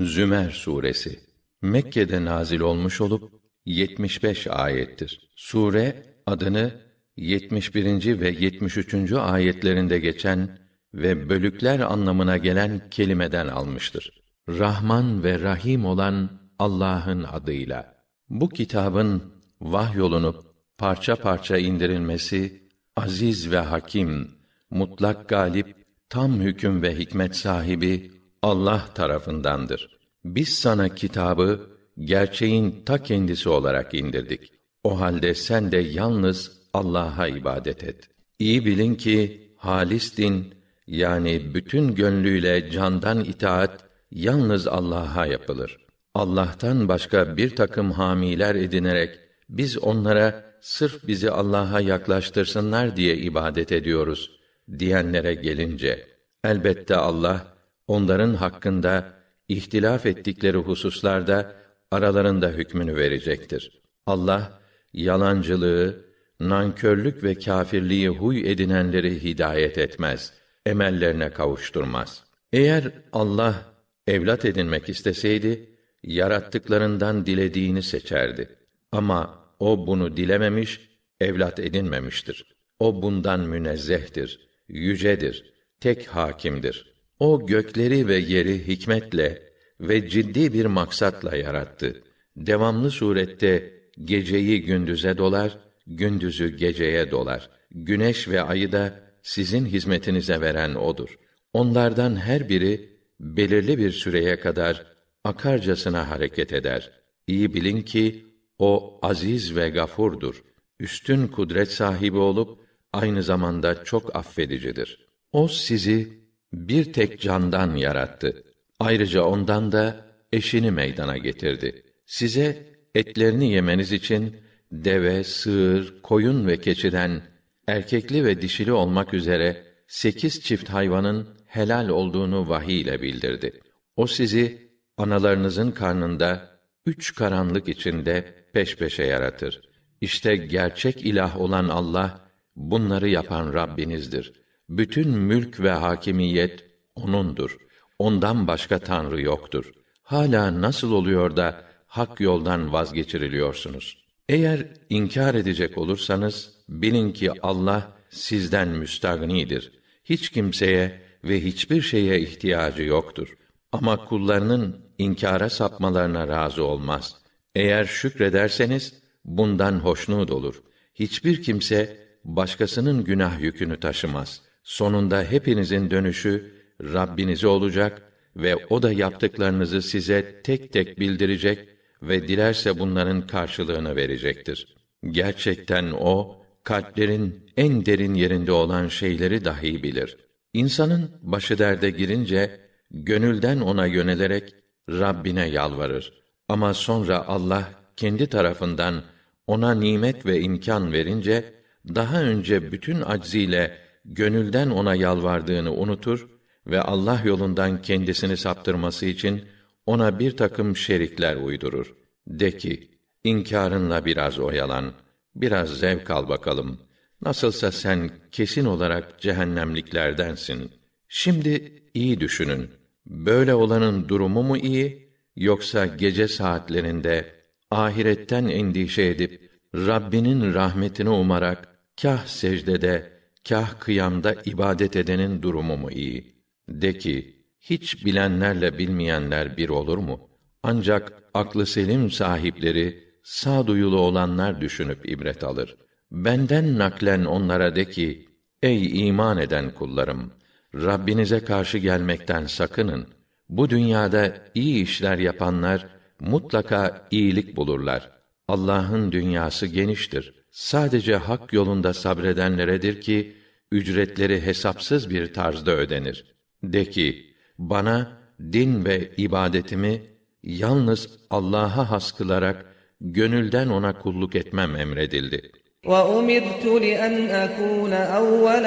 Zümer suresi Mekke'de nazil olmuş olup 75 ayettir. Sure adını 71. ve 73. ayetlerinde geçen ve bölükler anlamına gelen kelimeden almıştır. Rahman ve Rahim olan Allah'ın adıyla. Bu kitabın vahyolunup parça parça indirilmesi aziz ve hakim, mutlak galip, tam hüküm ve hikmet sahibi Allah tarafındandır. Biz sana kitabı gerçeğin ta kendisi olarak indirdik. O halde sen de yalnız Allah'a ibadet et. İyi bilin ki halis din, yani bütün gönlüyle candan itaat yalnız Allah'a yapılır. Allah'tan başka bir takım hamiler edinerek biz onlara sırf bizi Allah'a yaklaştırsınlar diye ibadet ediyoruz diyenlere gelince, elbette Allah onların hakkında ihtilaf ettikleri hususlarda aralarında hükmünü verecektir. Allah yalancılığı, nankörlük ve kâfirliği huy edinenleri hidayet etmez, emellerine kavuşturmaz. Eğer Allah evlat edinmek isteseydi, yarattıklarından dilediğini seçerdi. Ama o bunu dilememiş, evlat edinmemiştir. O bundan münezzehtir, yücedir, tek hakimdir. O gökleri ve yeri hikmetle ve ciddi bir maksatla yarattı. Devamlı surette geceyi gündüze dolar, gündüzü geceye dolar. Güneş ve ayı da sizin hizmetinize veren odur. Onlardan her biri belirli bir süreye kadar akarcasına hareket eder. İyi bilin ki o aziz ve gafurdur. Üstün kudret sahibi olup aynı zamanda çok affedicidir. O sizi bir tek candan yarattı. Ayrıca ondan da eşini meydana getirdi. Size etlerini yemeniz için deve, sığır, koyun ve keçiden erkekli ve dişili olmak üzere 8 çift hayvanın helal olduğunu vahiy ile bildirdi. O sizi analarınızın karnında 3 karanlık içinde peş peşe yaratır. İşte gerçek ilah olan Allah, bunları yapan Rabbinizdir. Bütün mülk ve hakimiyet O'nundur. Ondan başka tanrı yoktur. Hâlâ nasıl oluyor da hak yoldan vazgeçiriliyorsunuz? Eğer inkar edecek olursanız, bilin ki Allah sizden müstagnidir. Hiç kimseye ve hiçbir şeye ihtiyacı yoktur. Ama kullarının inkâra sapmalarına razı olmaz. Eğer şükrederseniz, bundan hoşnut olur. Hiçbir kimse başkasının günah yükünü taşımaz. Sonunda hepinizin dönüşü Rabbinize olacak ve o da yaptıklarınızı size tek tek bildirecek ve dilerse bunların karşılığını verecektir. Gerçekten o, kalplerin en derin yerinde olan şeyleri dahi bilir. İnsanın başı derde girince, gönülden ona yönelerek Rabbine yalvarır. Ama sonra Allah kendi tarafından ona nimet ve imkân verince, daha önce bütün acziyle gönülden ona yalvardığını unutur ve Allah yolundan kendisini saptırması için ona bir takım şerikler uydurur. De ki, inkârınla biraz oyalan, biraz zevk al bakalım. Nasılsa sen kesin olarak cehennemliklerdensin. Şimdi iyi düşünün. Böyle olanın durumu mu iyi, yoksa gece saatlerinde ahiretten endişe edip Rabbinin rahmetini umarak kâh secdede, kâh kıyamda ibadet edenin durumu mu iyi? De ki, hiç bilenlerle bilmeyenler bir olur mu? Ancak aklı selim sahipleri, sağduyulu olanlar düşünüp ibret alır. Benden naklen onlara de ki, ey iman eden kullarım! Rabbinize karşı gelmekten sakının. Bu dünyada iyi işler yapanlar, mutlaka iyilik bulurlar. Allah'ın dünyası geniştir. Sadece hak yolunda sabredenleredir ki, ücretleri hesapsız bir tarzda ödenir. De ki, bana din ve ibadetimi yalnız Allah'a has kılarak gönülden ona kulluk etmem emredildi. وَأُمِرْتُ لِأَنْ أَكُونَ أَوَّلَ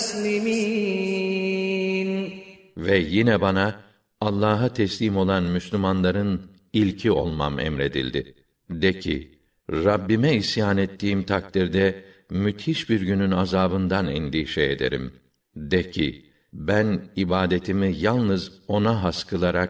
الْمُسْلِمِينَ Ve yine bana Allah'a teslim olan Müslümanların ilki olmam emredildi. De ki, Rabbime isyan ettiğim takdirde müthiş bir günün azabından endişe ederim. De ki, ben ibadetimi yalnız ona has kılarak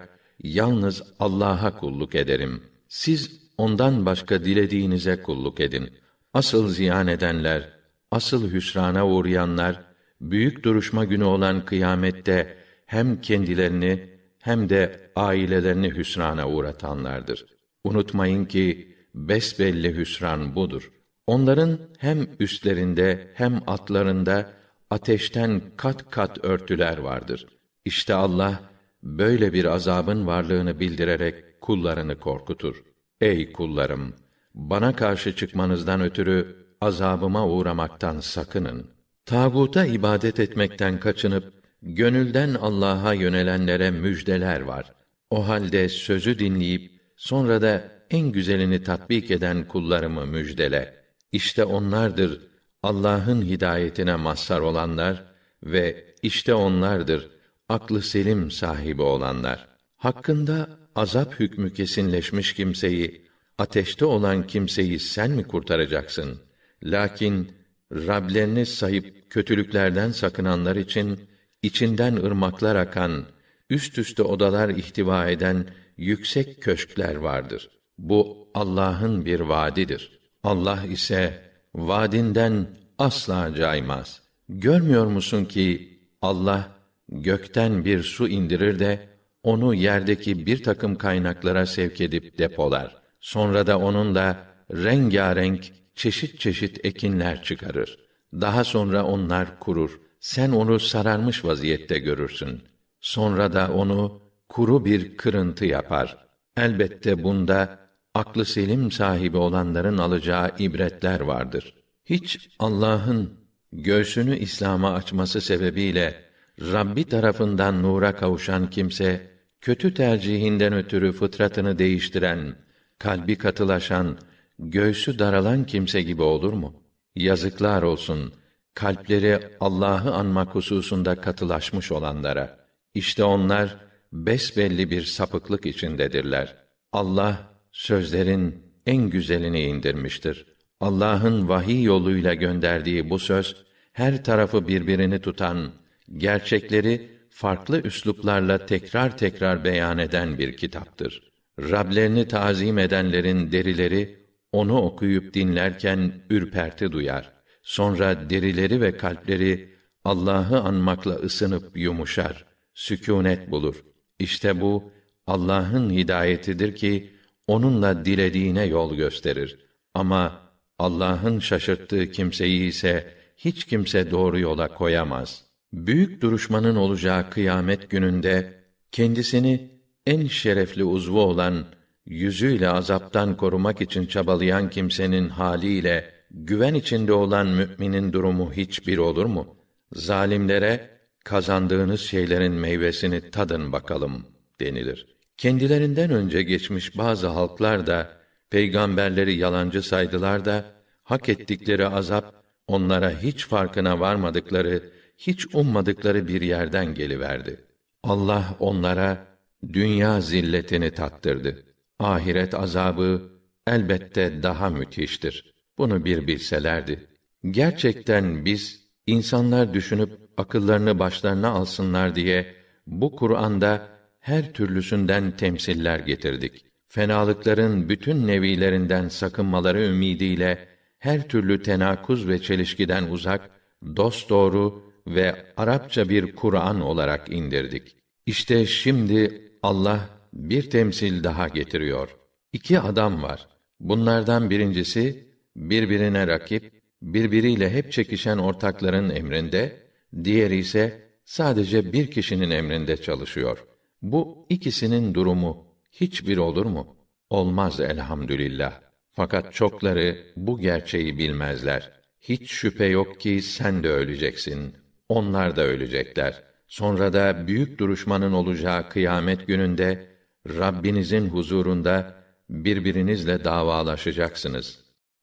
yalnız Allah'a kulluk ederim. Siz ondan başka dilediğinize kulluk edin. Asıl ziyan edenler, asıl hüsrana uğrayanlar, büyük duruşma günü olan kıyamette hem kendilerini hem de ailelerini hüsrana uğratanlardır. Unutmayın ki besbelli hüsran budur. Onların hem üstlerinde hem altlarında ateşten kat kat örtüler vardır. İşte Allah böyle bir azabın varlığını bildirerek kullarını korkutur. Ey kullarım! Bana karşı çıkmanızdan ötürü azabıma uğramaktan sakının. Tağuta ibadet etmekten kaçınıp gönülden Allah'a yönelenlere müjdeler var. O halde sözü dinleyip sonra da en güzelini tatbik eden kullarımı müjdele. İşte onlardır Allah'ın hidayetine mazhar olanlar ve işte onlardır aklı selim sahibi olanlar. Hakkında azap hükmü kesinleşmiş kimseyi, ateşte olan kimseyi sen mi kurtaracaksın? Lakin Rablerini sayıp kötülüklerden sakınanlar için içinden ırmaklar akan, üst üste odalar ihtiva eden yüksek köşkler vardır. Bu Allah'ın bir vaadidir. Allah ise vaadinden asla caymaz. Görmüyor musun ki Allah gökten bir su indirir de onu yerdeki bir takım kaynaklara sevk edip depolar. Sonra da onunla rengarenk çeşit çeşit ekinler çıkarır. Daha sonra onlar kurur. Sen onu sararmış vaziyette görürsün. Sonra da onu kuru bir kırıntı yapar. Elbette bunda aklı selim sahibi olanların alacağı ibretler vardır. Hiç Allah'ın göğsünü İslam'a açması sebebiyle Rabbi tarafından nura kavuşan kimse, kötü tercihinden ötürü fıtratını değiştiren, kalbi katılaşan, göğsü daralan kimse gibi olur mu? Yazıklar olsun, kalpleri Allah'ı anmak hususunda katılaşmış olanlara. İşte onlar, besbelli bir sapıklık içindedirler. Allah, sözlerin en güzelini indirmiştir. Allah'ın vahiy yoluyla gönderdiği bu söz, her tarafı birbirini tutan, gerçekleri farklı üsluplarla tekrar tekrar beyan eden bir kitaptır. Rablerini tazim edenlerin derileri, onu okuyup dinlerken ürperti duyar. Sonra derileri ve kalpleri Allah'ı anmakla ısınıp yumuşar, sükûnet bulur. İşte bu Allah'ın hidayetidir ki onunla dilediğine yol gösterir. Ama Allah'ın şaşırttığı kimseyi ise hiç kimse doğru yola koyamaz. Büyük duruşmanın olacağı kıyamet gününde kendisini en şerefli uzvu olan yüzüyle azaptan korumak için çabalayan kimsenin haliyle güven içinde olan müminin durumu hiçbir olur mu? Zalimlere kazandığınız şeylerin meyvesini tadın bakalım denilir. Kendilerinden önce geçmiş bazı halklar da peygamberleri yalancı saydılar da hak ettikleri azap onlara hiç farkına varmadıkları, hiç ummadıkları bir yerden geliverdi. Allah onlara dünya zilletini tattırdı. Ahiret azabı elbette daha müthiştir. Bunu bir bilselerdi. Gerçekten biz insanlar düşünüp akıllarını başlarına alsınlar diye bu Kur'an'da her türlüsünden temsiller getirdik. Fenalıkların bütün nevilerinden sakınmaları ümidiyle her türlü tenakuz ve çelişkiden uzak, dosdoğru ve Arapça bir Kur'an olarak indirdik. İşte şimdi Allah bir temsil daha getiriyor. 2 adam var. Bunlardan birincisi birbirine rakip, birbiriyle hep çekişen ortakların emrinde, diğeri ise sadece bir kişinin emrinde çalışıyor. Bu ikisinin durumu hiçbir olur mu? Olmaz elhamdülillah. Fakat çokları bu gerçeği bilmezler. Hiç şüphe yok ki sen de öleceksin. Onlar da ölecekler. Sonra da büyük duruşmanın olacağı kıyamet gününde Rabbinizin huzurunda birbirinizle davalaşacaksınız.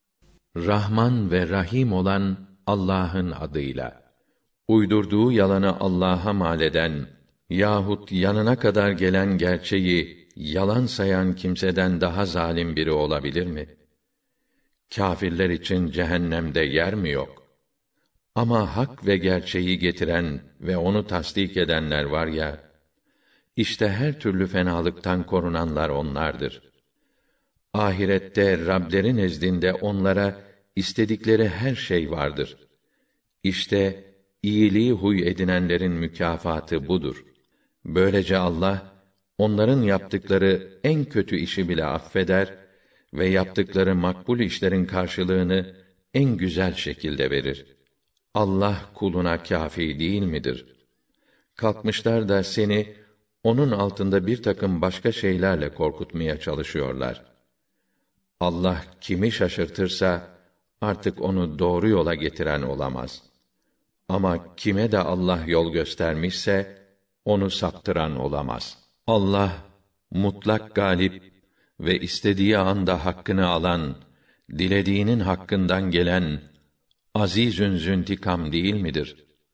Rahman ve Rahim olan Allah'ın adıyla. Uydurduğu yalanı Allah'a mal eden yahut yanına kadar gelen gerçeği yalan sayan kimseden daha zalim biri olabilir mi? Kâfirler için cehennemde yer mi yok? Ama hak ve gerçeği getiren ve onu tasdik edenler var ya, İşte her türlü fenalıktan korunanlar onlardır. Ahirette Rableri nezdinde onlara istedikleri her şey vardır. İşte iyiliği huy edinenlerin mükafatı budur. Böylece Allah onların yaptıkları en kötü işi bile affeder ve yaptıkları makbul işlerin karşılığını en güzel şekilde verir. Allah kuluna kâfi değil midir? Kalkmışlar da seni onun altında bir takım başka şeylerle korkutmaya çalışıyorlar. Allah kimi şaşırtırsa artık onu doğru yola getiren olamaz. Ama kime de Allah yol göstermişse onu saptıran olamaz. Allah mutlak galip ve istediği anda hakkını alan, dilediğinin hakkından gelen azîzün züntikam değil midir?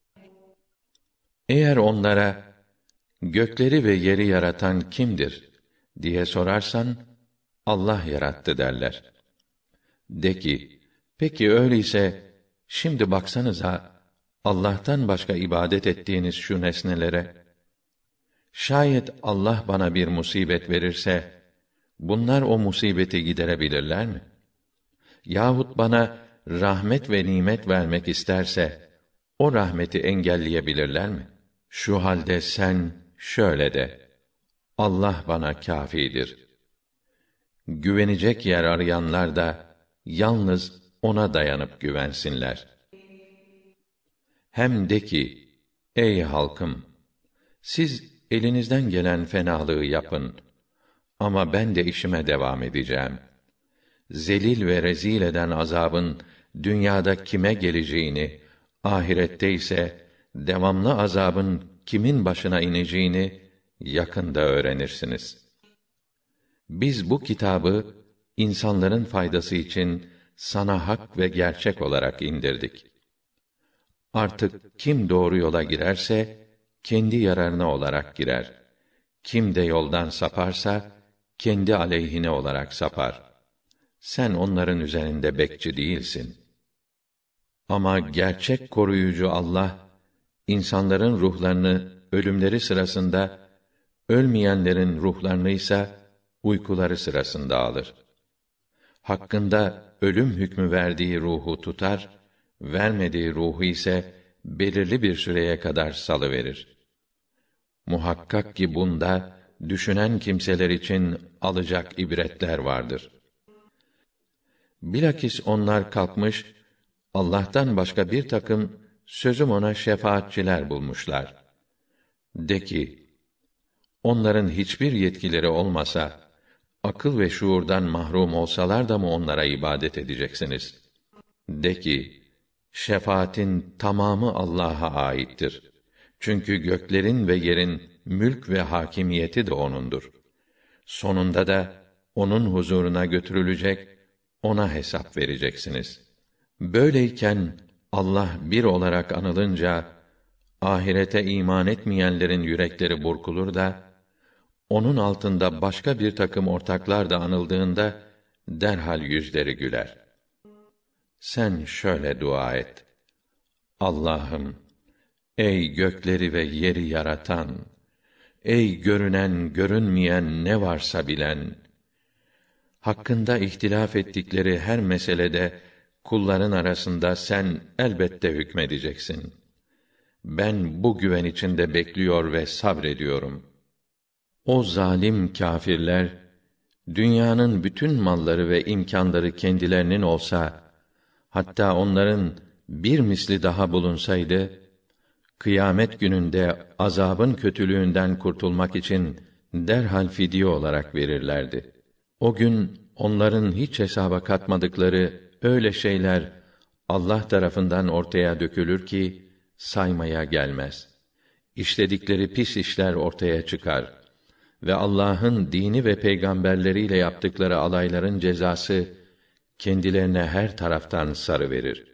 Eğer onlara gökleri ve yeri yaratan kimdir diye sorarsan, Allah yarattı derler. De ki, peki öyleyse şimdi baksanıza Allah'tan başka ibadet ettiğiniz şu nesnelere. Şayet Allah bana bir musibet verirse bunlar o musibeti giderebilirler mi? Yahut bana rahmet ve nimet vermek isterse o rahmeti engelleyebilirler mi? Şu halde sen şöyle de: Allah bana kâfidir. Güvenecek yer arayanlar da yalnız ona dayanıp güvensinler. Hem de ki, ey halkım, siz elinizden gelen fenalığı yapın ama ben de işime devam edeceğim. Zelil ve rezil eden azabın dünyada kime geleceğini, ahirette ise devamlı azabın kimin başına ineceğini yakında öğrenirsiniz. Biz bu kitabı insanların faydası için sana hak ve gerçek olarak indirdik. Artık kim doğru yola girerse kendi yararına olarak girer. Kim de yoldan saparsa kendi aleyhine olarak sapar. Sen onların üzerinde bekçi değilsin. Ama gerçek koruyucu Allah, insanların ruhlarını ölümleri sırasında, ölmeyenlerin ruhlarını ise uykuları sırasında alır. Hakkında ölüm hükmü verdiği ruhu tutar, vermediği ruhu ise belirli bir süreye kadar salıverir. Muhakkak ki bunda düşünen kimseler için alacak ibretler vardır. Bilakis onlar kalkmış, Allah'tan başka bir takım sözüm ona şefaatçiler bulmuşlar. De ki, onların hiçbir yetkileri olmasa, akıl ve şuurdan mahrum olsalar da mı onlara ibadet edeceksiniz? De ki, şefaatin tamamı Allah'a aittir. Çünkü göklerin ve yerin mülk ve hakimiyeti de O'nundur. Sonunda da O'nun huzuruna götürülecek, O'na hesap vereceksiniz. Böyleyken Allah bir olarak anılınca, ahirete iman etmeyenlerin yürekleri burkulur da, onun altında başka bir takım ortaklar da anıldığında, derhal yüzleri güler. Sen şöyle dua et: Allah'ım, ey gökleri ve yeri yaratan, ey görünen görünmeyen ne varsa bilen, hakkında ihtilaf ettikleri her meselede kulların arasında sen elbette hükmedeceksin. Ben bu güven içinde bekliyor ve sabrediyorum. O zalim kâfirler, dünyanın bütün malları ve imkânları kendilerinin olsa, hatta onların bir misli daha bulunsaydı, kıyamet gününde azabın kötülüğünden kurtulmak için derhal fidye olarak verirlerdi. O gün onların hiç hesaba katmadıkları öyle şeyler Allah tarafından ortaya dökülür ki saymaya gelmez. İşledikleri pis işler ortaya çıkar ve Allah'ın dini ve peygamberleriyle yaptıkları alayların cezası kendilerine her taraftan sarıverir.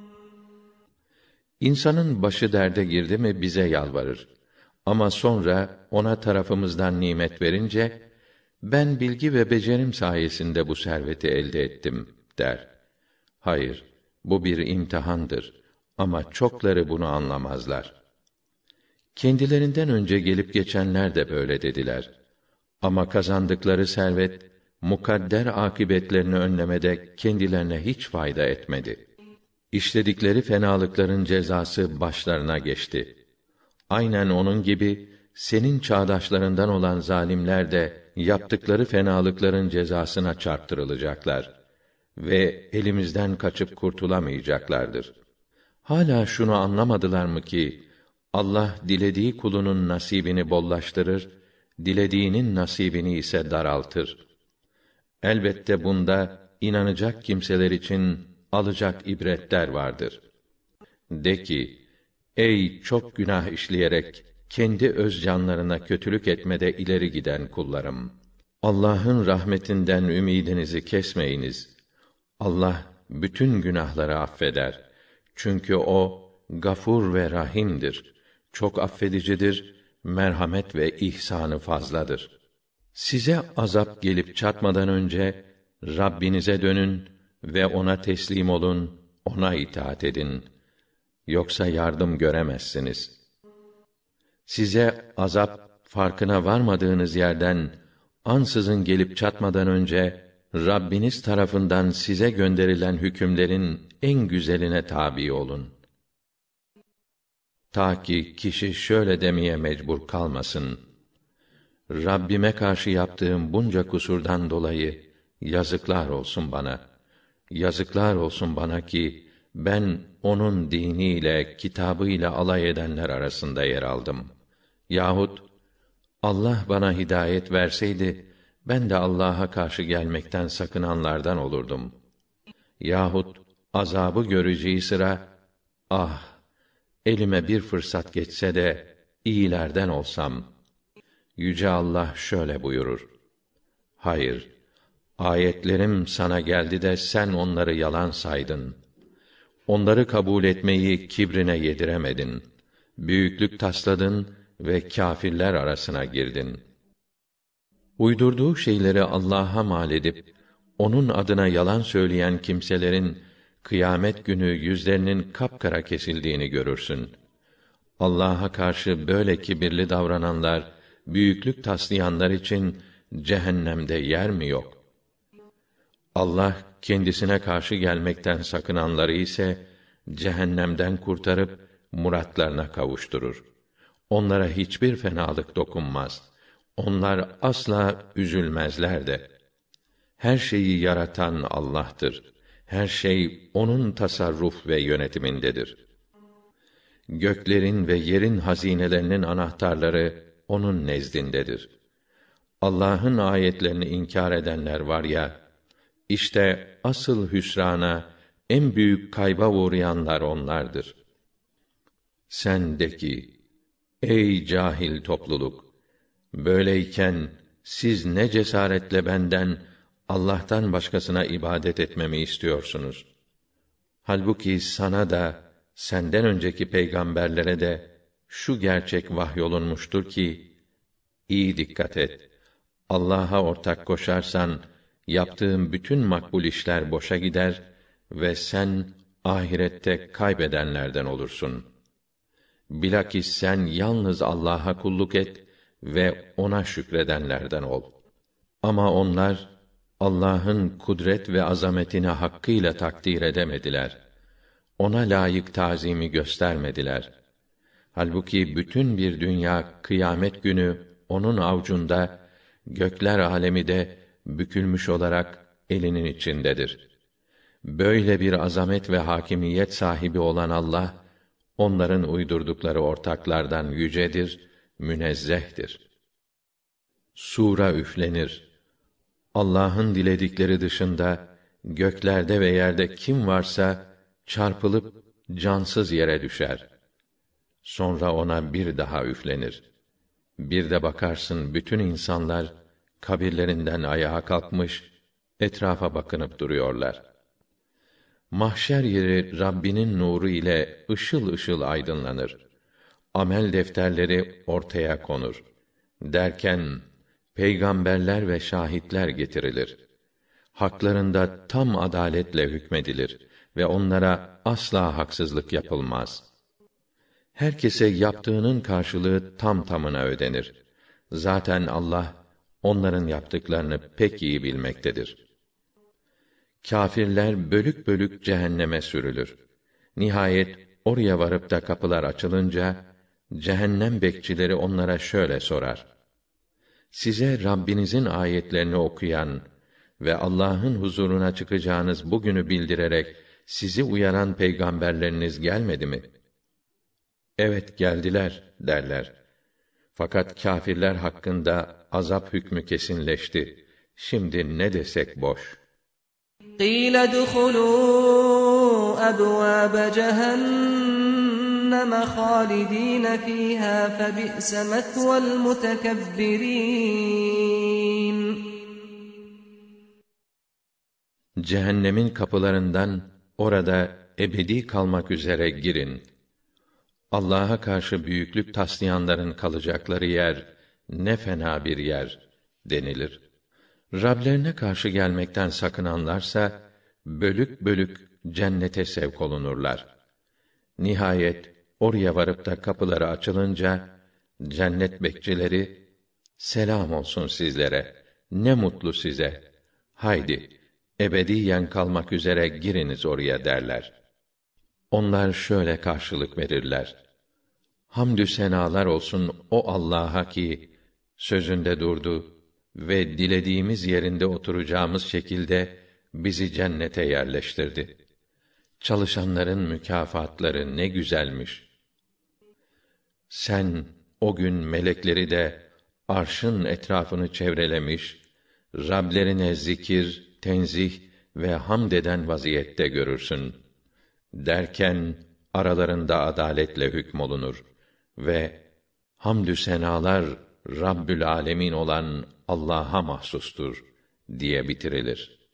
İnsanın başı derde girdi mi bize yalvarır. Ama sonra ona tarafımızdan nimet verince, ben bilgi ve becerim sayesinde bu serveti elde ettim der. Hayır, bu bir imtihandır ama çokları bunu anlamazlar. Kendilerinden önce gelip geçenler de böyle dediler. Ama kazandıkları servet, mukadder akıbetlerini önlemede kendilerine hiç fayda etmedi. İşledikleri fenalıkların cezası başlarına geçti. Aynen onun gibi, senin çağdaşlarından olan zalimler de, yaptıkları fenalıkların cezasına çarptırılacaklar ve elimizden kaçıp kurtulamayacaklardır. Hâlâ şunu anlamadılar mı ki, Allah dilediği kulunun nasibini bollaştırır, dilediğinin nasibini ise daraltır. Elbette bunda inanacak kimseler için alacak ibretler vardır. De ki, ey çok günah işleyerek kendi öz canlarına kötülük etmede ileri giden kullarım! Allah'ın rahmetinden ümidinizi kesmeyiniz. Allah bütün günahları affeder. Çünkü o Gafur ve Rahim'dir. Çok affedicidir, merhamet ve ihsanı fazladır. Size azap gelip çatmadan önce Rabbinize dönün ve ona teslim olun, ona itaat edin. Yoksa yardım göremezsiniz. Size azap farkına varmadığınız yerden ansızın gelip çatmadan önce Rabbiniz tarafından size gönderilen hükümlerin en güzeline tabi olun. Ta ki kişi şöyle demeye mecbur kalmasın: Rabbime karşı yaptığım bunca kusurdan dolayı yazıklar olsun bana. Yazıklar olsun bana ki ben onun diniyle, kitabıyla alay edenler arasında yer aldım. Yahut Allah bana hidayet verseydi ben de Allah'a karşı gelmekten sakınanlardan olurdum. Yahut azabı göreceği sıra, ah, elime bir fırsat geçse de iyilerden olsam. Yüce Allah şöyle buyurur: hayır, ayetlerim sana geldi de sen onları yalan saydın. Onları kabul etmeyi kibrine yediremedin. Büyüklük tasladın ve kâfirler arasına girdin. Uydurduğu şeyleri Allah'a mal edip onun adına yalan söyleyen kimselerin kıyamet günü yüzlerinin kapkara kesildiğini görürsün. Allah'a karşı böyle kibirli davrananlar, büyüklük taslayanlar için cehennemde yer mi yok? Allah kendisine karşı gelmekten sakınanları ise cehennemden kurtarıp muratlarına kavuşturur. Onlara hiçbir fenalık dokunmaz. Onlar asla üzülmezler de. Her şeyi yaratan Allah'tır. Her şey onun tasarruf ve yönetimindedir. Göklerin ve yerin hazinelerinin anahtarları onun nezdindedir. Allah'ın ayetlerini inkar edenler var ya, işte asıl hüsrana, en büyük kayba uğrayanlar onlardır. Sen de ki, ey cahil topluluk! Böyleyken siz ne cesaretle benden, Allah'tan başkasına ibadet etmemi istiyorsunuz? Halbuki sana da, senden önceki peygamberlere de şu gerçek vahyolunmuştur ki, iyi dikkat et. Allah'a ortak koşarsan, yaptığın bütün makbul işler boşa gider ve sen ahirette kaybedenlerden olursun. Bilakis sen yalnız Allah'a kulluk et ve ona şükredenlerden ol. Ama onlar Allah'ın kudret ve azametini hakkıyla takdir edemediler. Ona layık tazimi göstermediler. Halbuki bütün bir dünya kıyamet günü onun avucunda, gökler alemi de bükülmüş olarak elinin içindedir. Böyle bir azamet ve hakimiyet sahibi olan Allah, onların uydurdukları ortaklardan yücedir, münezzehtir. Sura üflenir. Allah'ın diledikleri dışında göklerde ve yerde kim varsa çarpılıp cansız yere düşer. Sonra ona bir daha üflenir. Bir de bakarsın bütün insanlar kabirlerinden ayağa kalkmış, etrafa bakınıp duruyorlar. Mahşer yeri Rabbinin nuru ile ışıl ışıl aydınlanır. Amel defterleri ortaya konur. Derken peygamberler ve şahitler getirilir. Haklarında tam adaletle hükmedilir ve onlara asla haksızlık yapılmaz. Herkese yaptığının karşılığı tam tamına ödenir. Zaten Allah onların yaptıklarını pek iyi bilmektedir. Kâfirler bölük bölük cehenneme sürülür. Nihayet oraya varıp da kapılar açılınca cehennem bekçileri onlara şöyle sorar: Size Rabbinizin ayetlerini okuyan ve Allah'ın huzuruna çıkacağınız bugünü bildirerek sizi uyaran peygamberleriniz gelmedi mi? Evet, geldiler derler. Fakat kâfirler hakkında azap hükmü kesinleşti. Şimdi ne desek boş. قِيلَ ادْخُلُوا أَبْوَابَ جَهَنَّمَ خَالِدِينَ فِيهَا فَبِئْسَ مَثْوَى الْمُتَكَبِّرِينَ. Cehennemin kapılarından orada ebedi kalmak üzere girin. Allah'a karşı büyüklük taslayanların kalacakları yer ne fena bir yer denilir. Rablerine karşı gelmekten sakınanlarsa bölük bölük cennete sevk olunurlar. Nihayet oraya varıp da kapıları açılınca cennet bekçileri selam olsun sizlere, ne mutlu size. Haydi ebediyen kalmak üzere giriniz oraya derler. Onlar şöyle karşılık verirler: Hamdü senalar olsun o Allah'a ki sözünde durdu ve dilediğimiz yerinde oturacağımız şekilde bizi cennete yerleştirdi. Çalışanların mükafatları ne güzelmiş. Sen o gün melekleri de arşın etrafını çevrelemiş, Rablerine zikir, tenzih ve hamd eden vaziyette görürsün. Derken aralarında adaletle hükmolunur ve hamdü senalar Rabbül âlemin olan Allah'a mahsustur diye bitirilir.